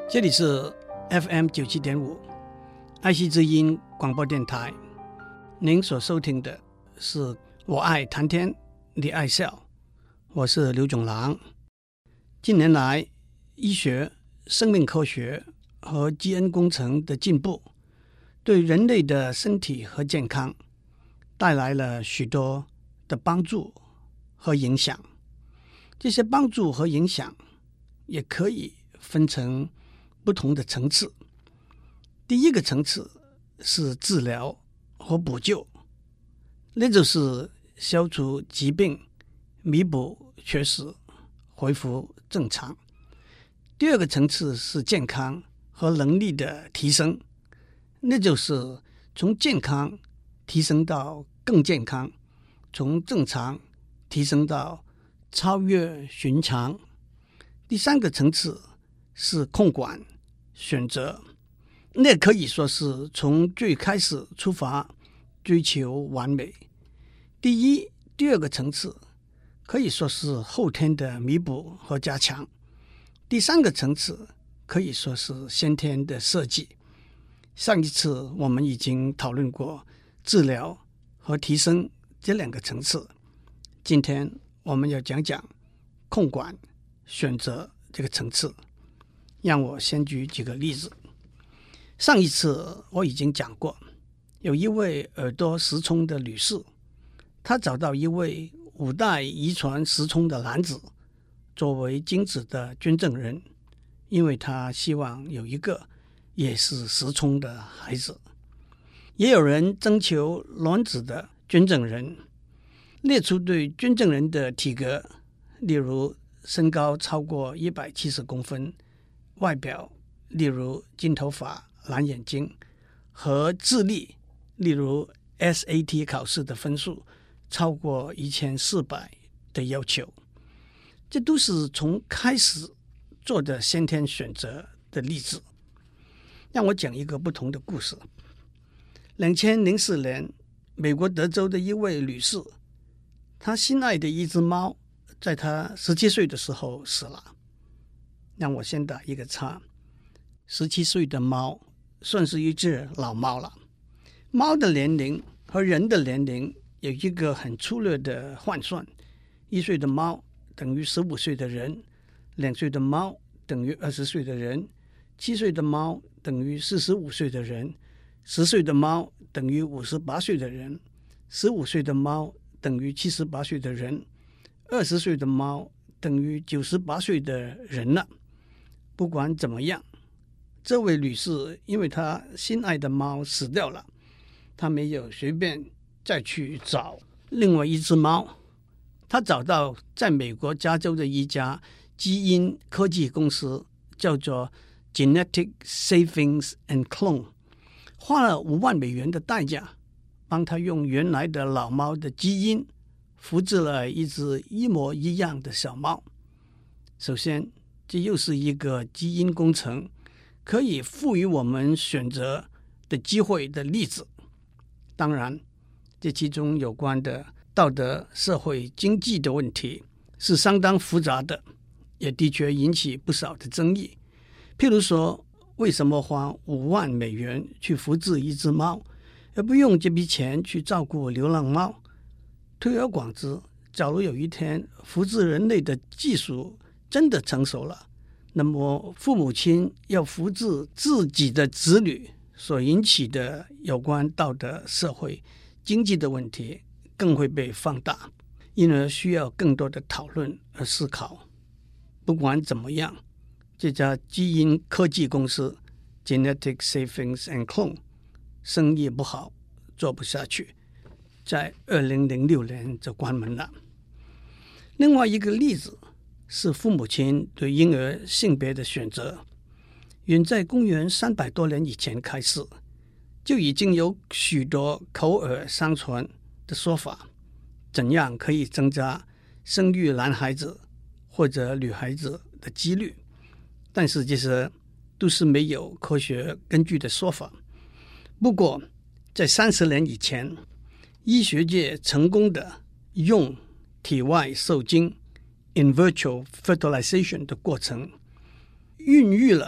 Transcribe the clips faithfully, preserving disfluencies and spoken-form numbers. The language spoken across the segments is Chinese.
这里是 F M 九七点五爱惜之音广播电台，您所收听的是我爱谈天你爱笑，我是刘炯郎。近年来，医学、生命科学和基因工程的进步，对人类的身体和健康带来了许多的帮助和影响。这些帮助和影响也可以分成不同的层次。第一个层次是治疗和补救，那就是消除疾病、弥补缺失、恢复正常。第二个层次是健康和能力的提升，那就是从健康提升到更健康，从正常提升到超越寻常。第三个层次是控管、选择，那可以说是从最开始出发追求完美。第一、第二个层次可以说是后天的弥补和加强。第三个层次可以说是先天的设计。上一次我们已经讨论过治疗和提升这两个层次，今天我们要讲讲控管、选择这个层次。让我先举几个例子。上一次我已经讲过，有一位耳朵失聪的女士，她找到一位五代遗传失聪的男子作为精子的捐赠人，因为她希望有一个也是失聪的孩子。也有人征求卵子的捐赠人，列出对捐赠人的体格，例如身高超过一百七十公分，外表例如金头发、蓝眼睛，和智力例如 S A T 考试的分数超过一千四百的要求。这都是从开始做的先天选择的例子。让我讲一个不同的故事。二零零四年，美国德州的一位女士，她心爱的一只猫在她十七岁的时候死了。让我先打一个叉，十七岁的猫算是一只老猫了。猫的年龄和人的年龄有一个很粗略的换算，一岁的猫等于十五岁的人，两岁的猫等于二十岁的人，七岁的猫等于四十五岁的人，十岁的猫等于五十八岁的人，十五岁的猫等于七十八岁的人，二十岁的猫等于九十八岁的人了。不管怎么样，这位女士因为她心爱的猫死掉了，她没有随便再去找另外一只猫。她找到在美国加州的一家基因科技公司，叫做 Genetic Savings and Clone， 花了五万美元的代价，帮她用原来的老猫的基因复制了一只一模一样的小猫。首先，这又是一个基因工程可以赋予我们选择的机会的例子。当然，这其中有关的道德、社会、经济的问题是相当复杂的，也的确引起不少的争议。譬如说，为什么花五万美元去复制一只猫，而不用这笔钱去照顾流浪猫？推而广之，假如有一天复制人类的技术真的成熟了，那么父母亲要复制自己的子女所引起的有关道德、社会、经济的问题更会被放大，因而需要更多的讨论和思考。不管怎么样，这家基因科技公司 Genetic Savings and Clone 生意不好，做不下去，在二零零六年就关门了。另外一个例子是父母亲对婴儿性别的选择。远在公元三百多年以前开始，就已经有许多口耳相传的说法，怎样可以增加生育男孩子或者女孩子的几率。但是这些都是没有科学根据的说法。不过在三十年以前，医学界成功的用体外受精 in vitro fertilization 的过程，孕育了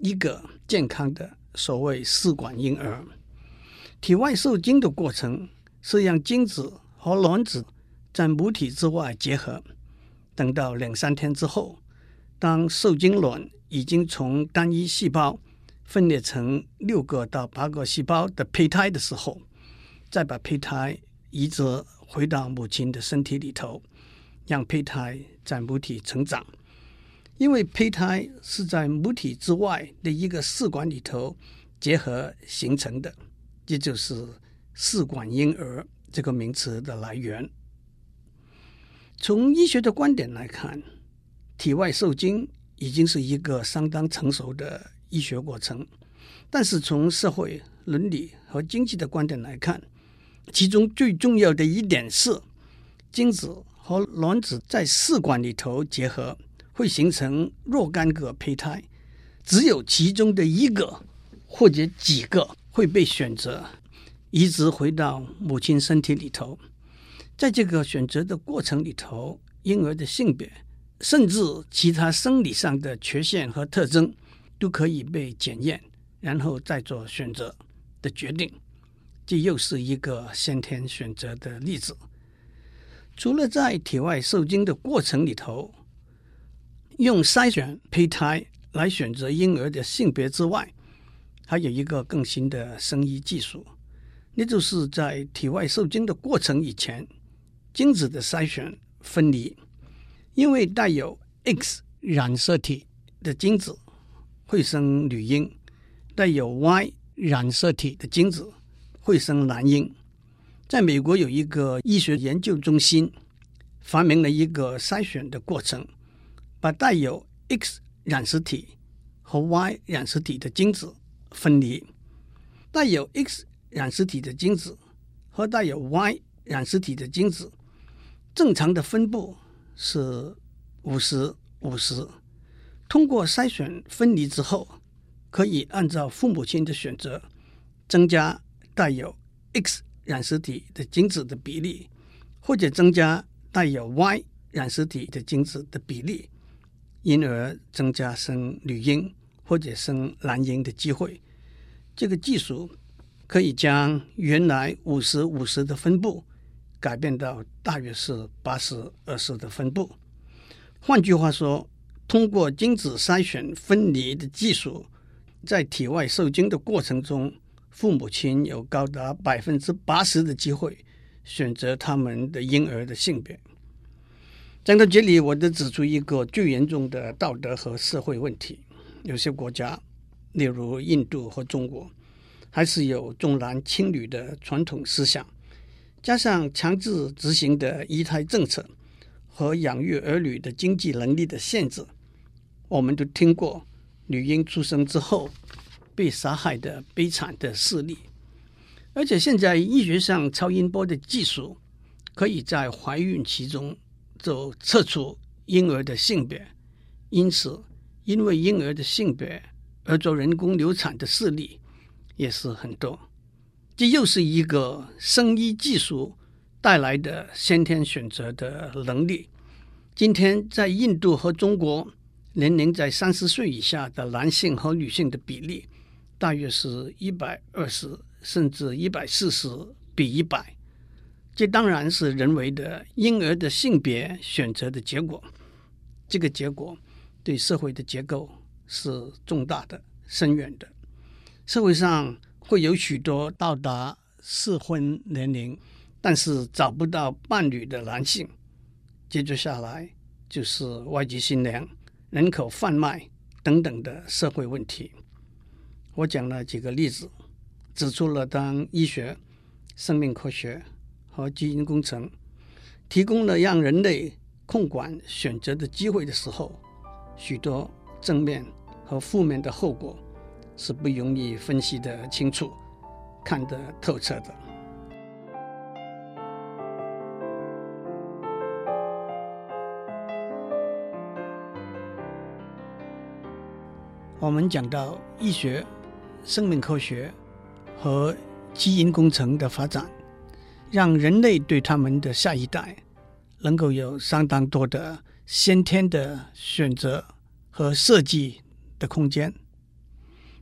一个健康的所谓试管婴儿。体外受精的过程是让精子和卵子在母体之外结合，等到两三天之后，当受精卵已经从单一细胞分裂成六个到八个细胞的胚胎的时候，再把胚胎移植回到母亲的身体里头，让胚胎在母体成长。因为胚胎是在母体之外的一个试管里头结合形成的，这就是试管婴儿这个名词的来源。从医学的观点来看，体外受精已经是一个相当成熟的医学过程，但是从社会、伦理和经济的观点来看，其中最重要的一点是，精子和卵子在试管里头结合，会形成若干个胚胎，只有其中的一个或者几个会被选择移植回到母亲身体里头。在这个选择的过程里头，婴儿的性别甚至其他生理上的缺陷和特征都可以被检验，然后再做选择的决定。这又是一个先天选择的例子。除了在体外受精的过程里头用筛选胚胎来选择婴儿的性别之外，还有一个更新的生医技术，那就是在体外受精的过程以前，精子的筛选分离。因为带有 X 染色体的精子会生女婴，带有 Y 染色体的精子会生男婴。在美国有一个医学研究中心发明了一个筛选的过程，把带有 X 染色体和 Y 染色体的精子分离。带有 X 染色体的精子和带有 Y 染色体的精子正常的分布是五十五十，通过筛选分离之后，可以按照父母亲的选择增加带有 X 染色体的精子的比例，或者增加带有 Y 染色体的精子的比例，因而增加生女婴或者生男婴的机会。这个技术可以将原来五十五十的分布改变到大约是八十二十的分布。换句话说，通过精子筛选分离的技术，在体外受精的过程中，父母亲有高达百分之八十的机会选择他们的婴儿的性别。讲到这里，我得指出一个最严重的道德和社会问题。有些国家，例如印度和中国，还是有重男轻女的传统思想，加上强制执行的一胎政策和养育儿女的经济能力的限制，我们都听过女婴出生之后被杀害的悲惨的事例。而且现在医学上超音波的技术可以在怀孕期中就测出婴儿的性别，因此因为婴儿的性别而做人工流产的事例也是很多。这又是一个生医技术带来的先天选择的能力。今天在印度和中国，年龄在三十岁以下的男性和女性的比例大约是一百二十甚至一百四十比一百。这当然是人为的婴儿的性别选择的结果。这个结果对社会的结构是重大的、深远的。社会上会有许多到达适婚年龄但是找不到伴侣的男性，接着下来就是外籍新娘、人口贩卖等等的社会问题。我讲了几个例子，指出了当医学、生命科学和基因工程提供了让人类控管选择的机会的时候，许多正面和负面的后果是不容易分析得清楚、看得透彻的。我们讲到医学、生命科学和基因工程的发展，让人类对他们的下一代能够有相当多的先天的选择和设计的空间。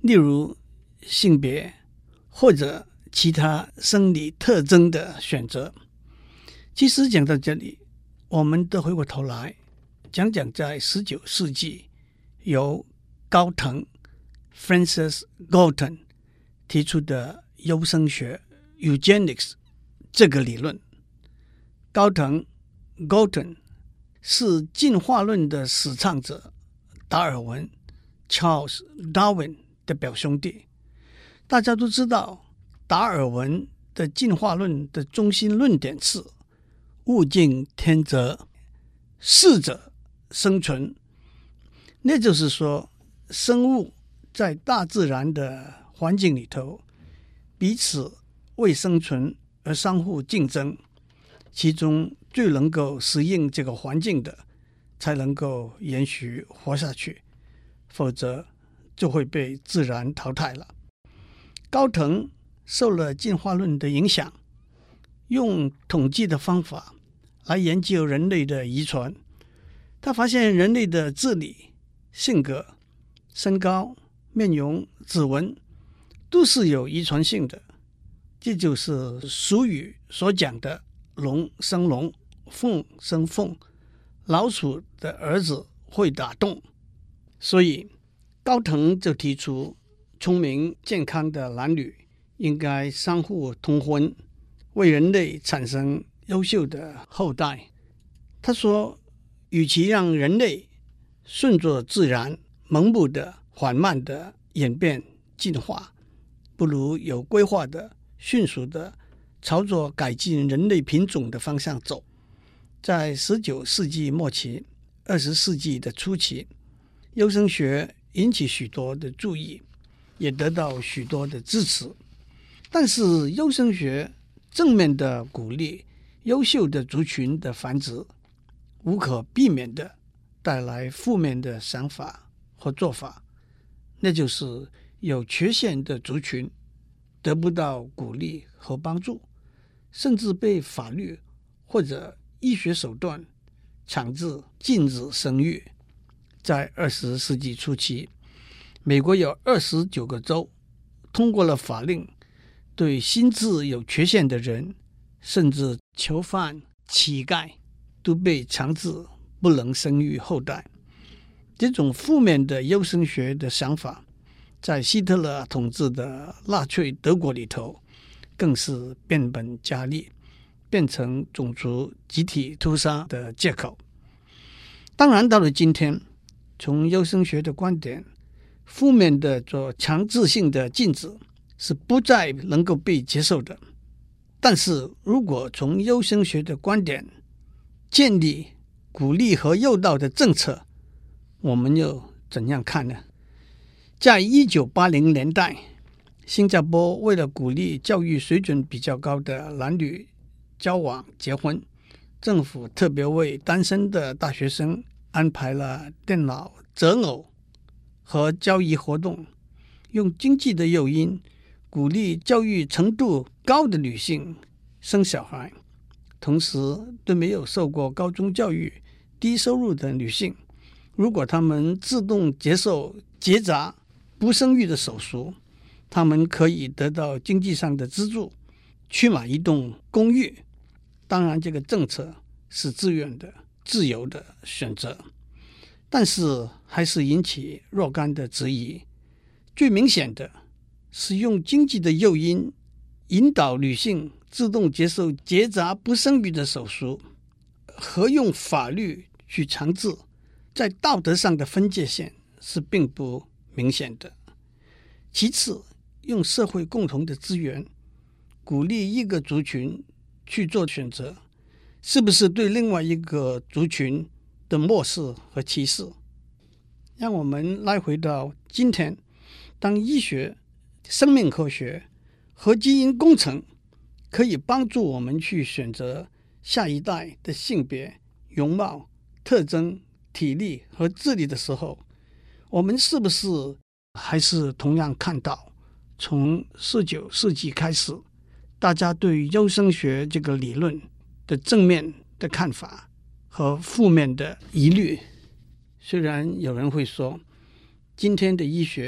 例如性别或者其他生理特征的选择。其实讲到这里，我们都回过头来讲讲在十九世纪由高腾 Francis Galton 提出的优生学 Eugenics 这个理论。高腾 Galton 是进化论的始创者达尔文 Charles Darwin 的表兄弟。大家都知道达尔文的进化论的中心论点是物竞天择，适者生存。那就是说，生物在大自然的环境里头彼此为生存而相互竞争，其中最能够适应这个环境的才能够延续活下去，否则就会被自然淘汰了。高腾受了进化论的影响，用统计的方法来研究人类的遗传。他发现人类的智力、性格、身高、面容、指纹都是有遗传性的，这就是俗语所讲的龙生龙，凤生凤，老鼠的儿子会打洞。所以高腾就提出，聪明健康的男女应该相互通婚，为人类产生优秀的后代。他说，与其让人类顺着自然盲目的缓慢的演变进化，不如有规划的迅速的朝着改进人类品种的方向走。在十九世纪末期、二十世纪的初期，优生学引起许多的注意，也得到许多的支持。但是优生学正面的鼓励优秀的族群的繁殖，无可避免的带来负面的想法和做法，那就是有缺陷的族群得不到鼓励和帮助，甚至被法律或者医学手段强制禁止生育。在二十世纪初期，美国有二十九个州通过了法令，对心智有缺陷的人，甚至囚犯、乞丐都被强制不能生育后代。这种负面的优生学的想法，在希特勒统治的纳粹德国里头更是变本加厉，变成种族集体屠杀的借口。当然到了今天，从优生学的观点，负面的做强制性的禁止是不再能够被接受的。但是如果从优生学的观点建立鼓励和诱导的政策，我们又怎样看呢？在一九八零年代，新加坡为了鼓励教育水准比较高的男女交往结婚，政府特别为单身的大学生安排了电脑择偶和交易活动，用经济的诱因鼓励教育程度高的女性生小孩，同时对没有受过高中教育、低收入的女性，如果她们自动接受结扎不生育的手术，她们可以得到经济上的资助，去买一栋公寓。当然这个政策是自愿的、自由的选择，但是还是引起若干的质疑。最明显的是用经济的诱因引导女性自动接受结扎不生育的手术，和用法律去强制，在道德上的分界线是并不明显的。其次，用社会共同的资源鼓励一个族群去做选择，是不是对另外一个族群的漠视和歧视？让我们来回到今天，当医学、生命科学和基因工程可以帮助我们去选择下一代的性别、容貌、特征、体力和智力的时候，我们是不是还是同样看到从十九世纪开始，大家对优生学这个理论的正面的看法和负面的疑虑？虽然有人会说，今天的医学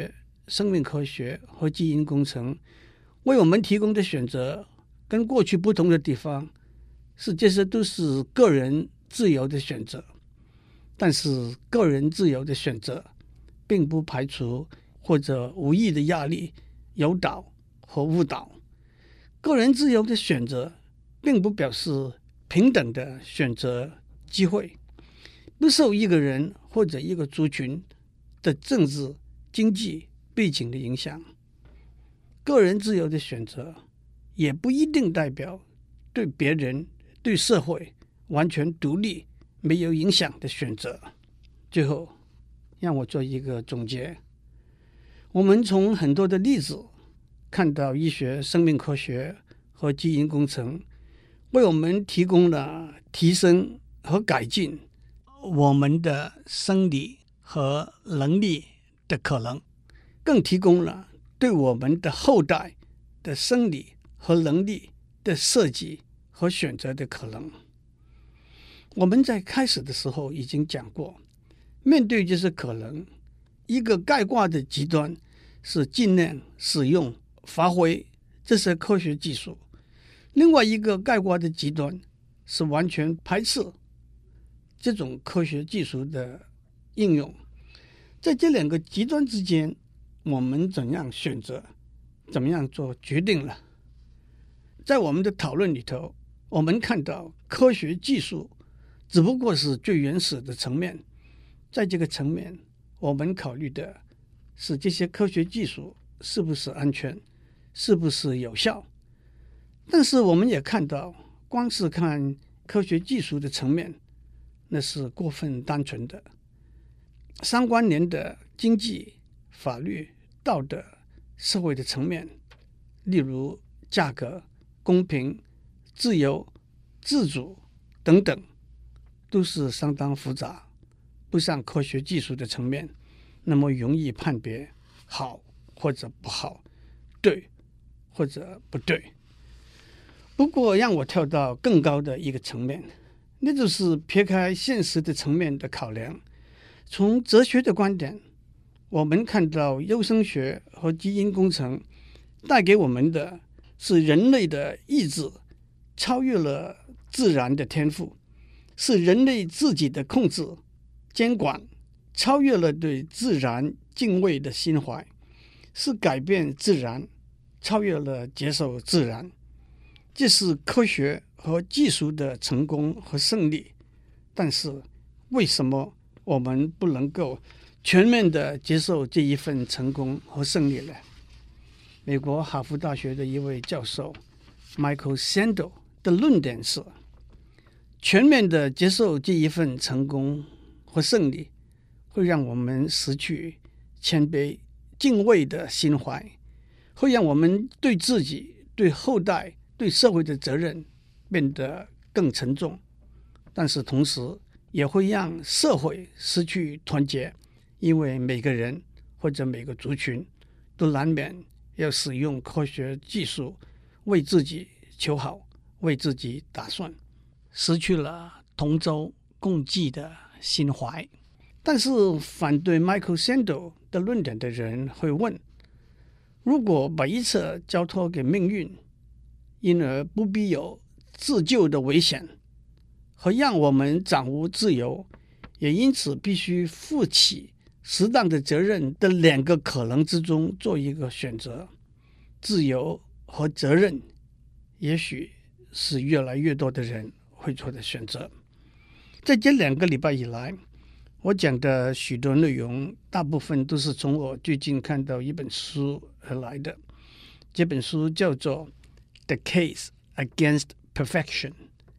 生命科学和基因工程为我们提供的选择跟过去不同的地方是，这些都是个人自由的选择。但是个人自由的选择并不排除或者无意的压力、诱导和误导。个人自由的选择并不表示平等的选择机会，不受一个人或者一个族群的政治、经济背景的影响。个人自由的选择也不一定代表对别人、对社会完全独立、没有影响的选择。最后，让我做一个总结。我们从很多的例子看到，医学、生命科学和基因工程为我们提供了提升和改进我们的生理和能力的可能，更提供了对我们的后代的生理和能力的设计和选择的可能。我们在开始的时候已经讲过，面对这些可能，一个概括的极端是尽量使用、发挥这些科学技术，另外一个概括的极端是完全排斥这种科学技术的应用。在这两个极端之间，我们怎样选择，怎么样做决定了？在我们的讨论里头，我们看到科学技术只不过是最原始的层面，在这个层面，我们考虑的是这些科学技术是不是安全，是不是有效。但是我们也看到，光是看科学技术的层面，那是过分单纯的。相关联的经济、法律、道德、社会的层面，例如价格、公平、自由、自主等等，都是相当复杂，不像科学技术的层面那么容易判别好或者不好，对或者不对。不过让我跳到更高的一个层面，那就是撇开现实的层面的考量，从哲学的观点，我们看到优生学和基因工程带给我们的是人类的意志超越了自然的天赋，是人类自己的控制、监管超越了对自然敬畏的心怀，是改变自然超越了接受自然。这是科学和技术的成功和胜利。但是为什么我们不能够全面的接受这一份成功和胜利呢？美国哈佛大学的一位教授 Michael Sandel 的论点是，全面的接受这一份成功和胜利会让我们失去谦卑、敬畏的心怀，会让我们对自己、对后代、对社会的责任变得更沉重，但是同时也会让社会失去团结，因为每个人或者每个族群都难免要使用科学技术为自己求好，为自己打算，失去了同舟共济的心怀。但是反对 Michael Sandel 的论点的人会问，如果把一切交托给命运，因而不必有自救的危险，和让我们掌握自由，也因此必须负起适当的责任的两个可能之中做一个选择，自由和责任也许是越来越多的人会做的选择。在这两个礼拜以来，我讲的许多内容大部分都是从我最近看到一本书而来的。这本书叫做 The Case Against Perfection: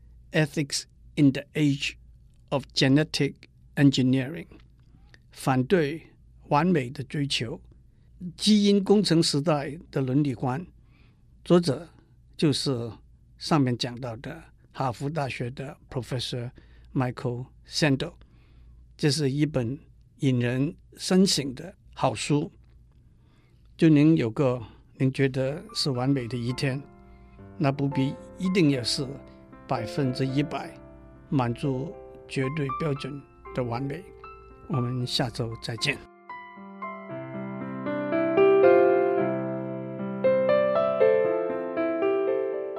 Ethics in the Age of Genetic Engineering， 反对完美的追求，基因工程时代的伦理观。作者就是上面讲到的哈佛大学的 Professor Michael Sandel。这是一本引人深省的好书。就您有个您觉得是完美的一天，那不必一定要是百分之一百满足绝对标准的完美。我们下周再见。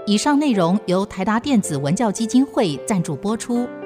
以上内容由台达电子文教基金会赞助播出。